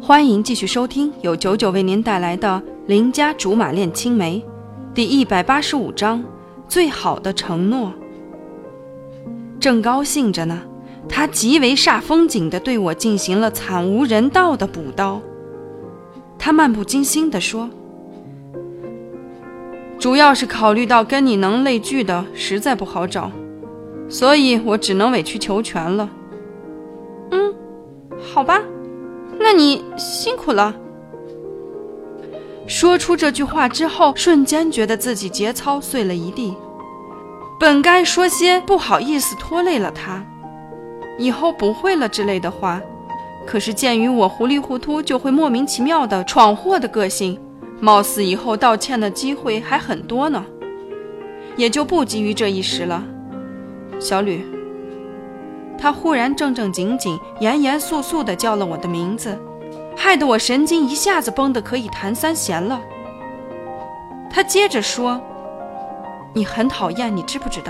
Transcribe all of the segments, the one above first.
欢迎继续收听由99为您带来的《邻家竹马恋青梅》第185章最好的承诺。正高兴着呢，他极为煞风景地对我进行了惨无人道的补刀。他漫不经心地说，主要是考虑到跟你能类聚的实在不好找，所以我只能委曲求全了。好吧，那你辛苦了。说出这句话之后，瞬间觉得自己节操碎了一地。本该说些不好意思拖累了他，以后不会了之类的话，可是鉴于我糊里糊涂就会莫名其妙的闯祸的个性，貌似以后道歉的机会还很多呢，也就不急于这一时了。小吕，他忽然正正经经严严肃肃地叫了我的名字，害得我神经一下子绷得可以弹三弦了。他接着说，你很讨厌，你知不知道？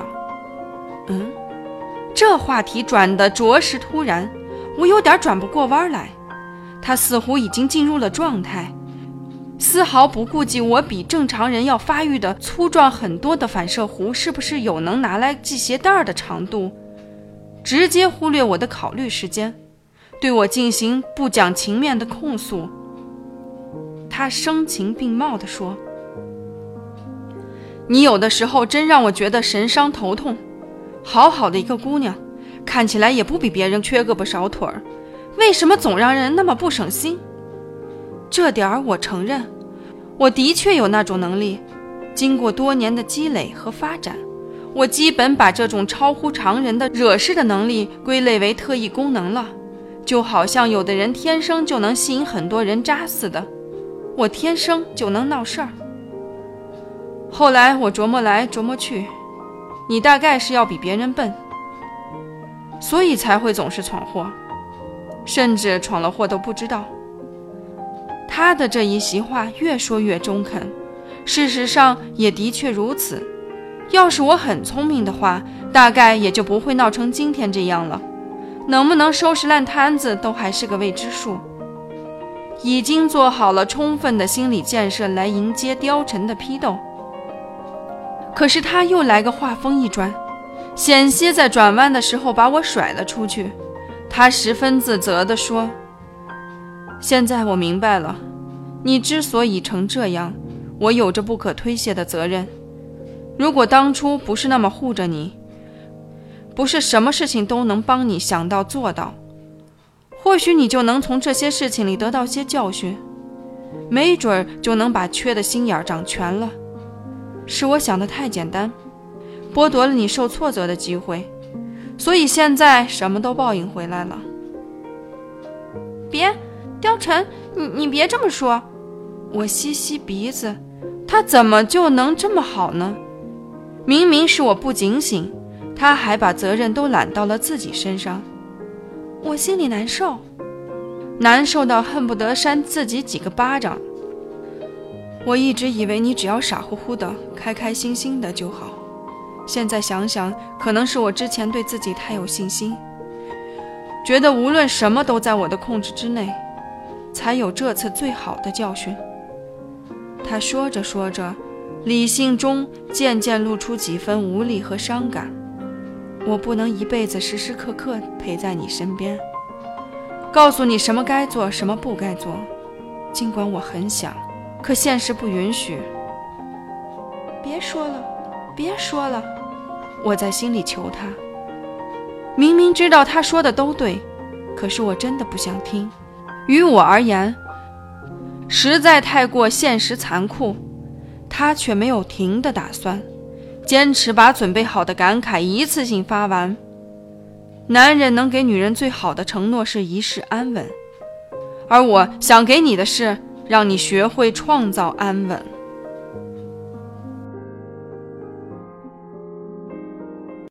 这话题转得着实突然，我有点转不过弯来。他似乎已经进入了状态，丝毫不顾及我比正常人要发育的粗壮很多的反射弧是不是有能拿来系鞋带的长度，直接忽略我的考虑时间，对我进行不讲情面的控诉。他声情并茂地说，你有的时候真让我觉得神伤头痛，好好的一个姑娘，看起来也不比别人缺胳膊少腿儿，为什么总让人那么不省心？这点儿我承认，我的确有那种能力，经过多年的积累和发展，我基本把这种超乎常人的惹事的能力归类为特异功能了，就好像有的人天生就能吸引很多人渣似的，我天生就能闹事儿。后来我琢磨来琢磨去，你大概是要比别人笨，所以才会总是闯祸，甚至闯了祸都不知道。他的这一席话越说越中肯，事实上也的确如此。要是我很聪明的话，大概也就不会闹成今天这样了，能不能收拾烂摊子都还是个未知数。已经做好了充分的心理建设来迎接貂蝉的批斗，可是他又来个话锋一转，险些在转弯的时候把我甩了出去。他十分自责地说，现在我明白了，你之所以成这样，我有着不可推卸的责任。如果当初不是那么护着你，不是什么事情都能帮你想到做到，或许你就能从这些事情里得到些教训，没准就能把缺的心眼长全了。是我想得太简单，剥夺了你受挫折的机会，所以现在什么都报应回来了。别，貂蝉，你别这么说。我吸吸鼻子，他怎么就能这么好呢？明明是我不警醒，他还把责任都揽到了自己身上。我心里难受，难受到恨不得扇自己几个巴掌。我一直以为你只要傻乎乎的开开心心的就好，现在想想，可能是我之前对自己太有信心，觉得无论什么都在我的控制之内，才有这次最好的教训。他说着说着，理性中渐渐露出几分无力和伤感。我不能一辈子时时刻刻陪在你身边，告诉你什么该做什么不该做，尽管我很想，可现实不允许。别说了，别说了，我在心里求他。明明知道他说的都对，可是我真的不想听。于我而言，实在太过现实残酷，他却没有停的打算，坚持把准备好的感慨一次性发完。男人能给女人最好的承诺是一世安稳，而我想给你的是让你学会创造安稳。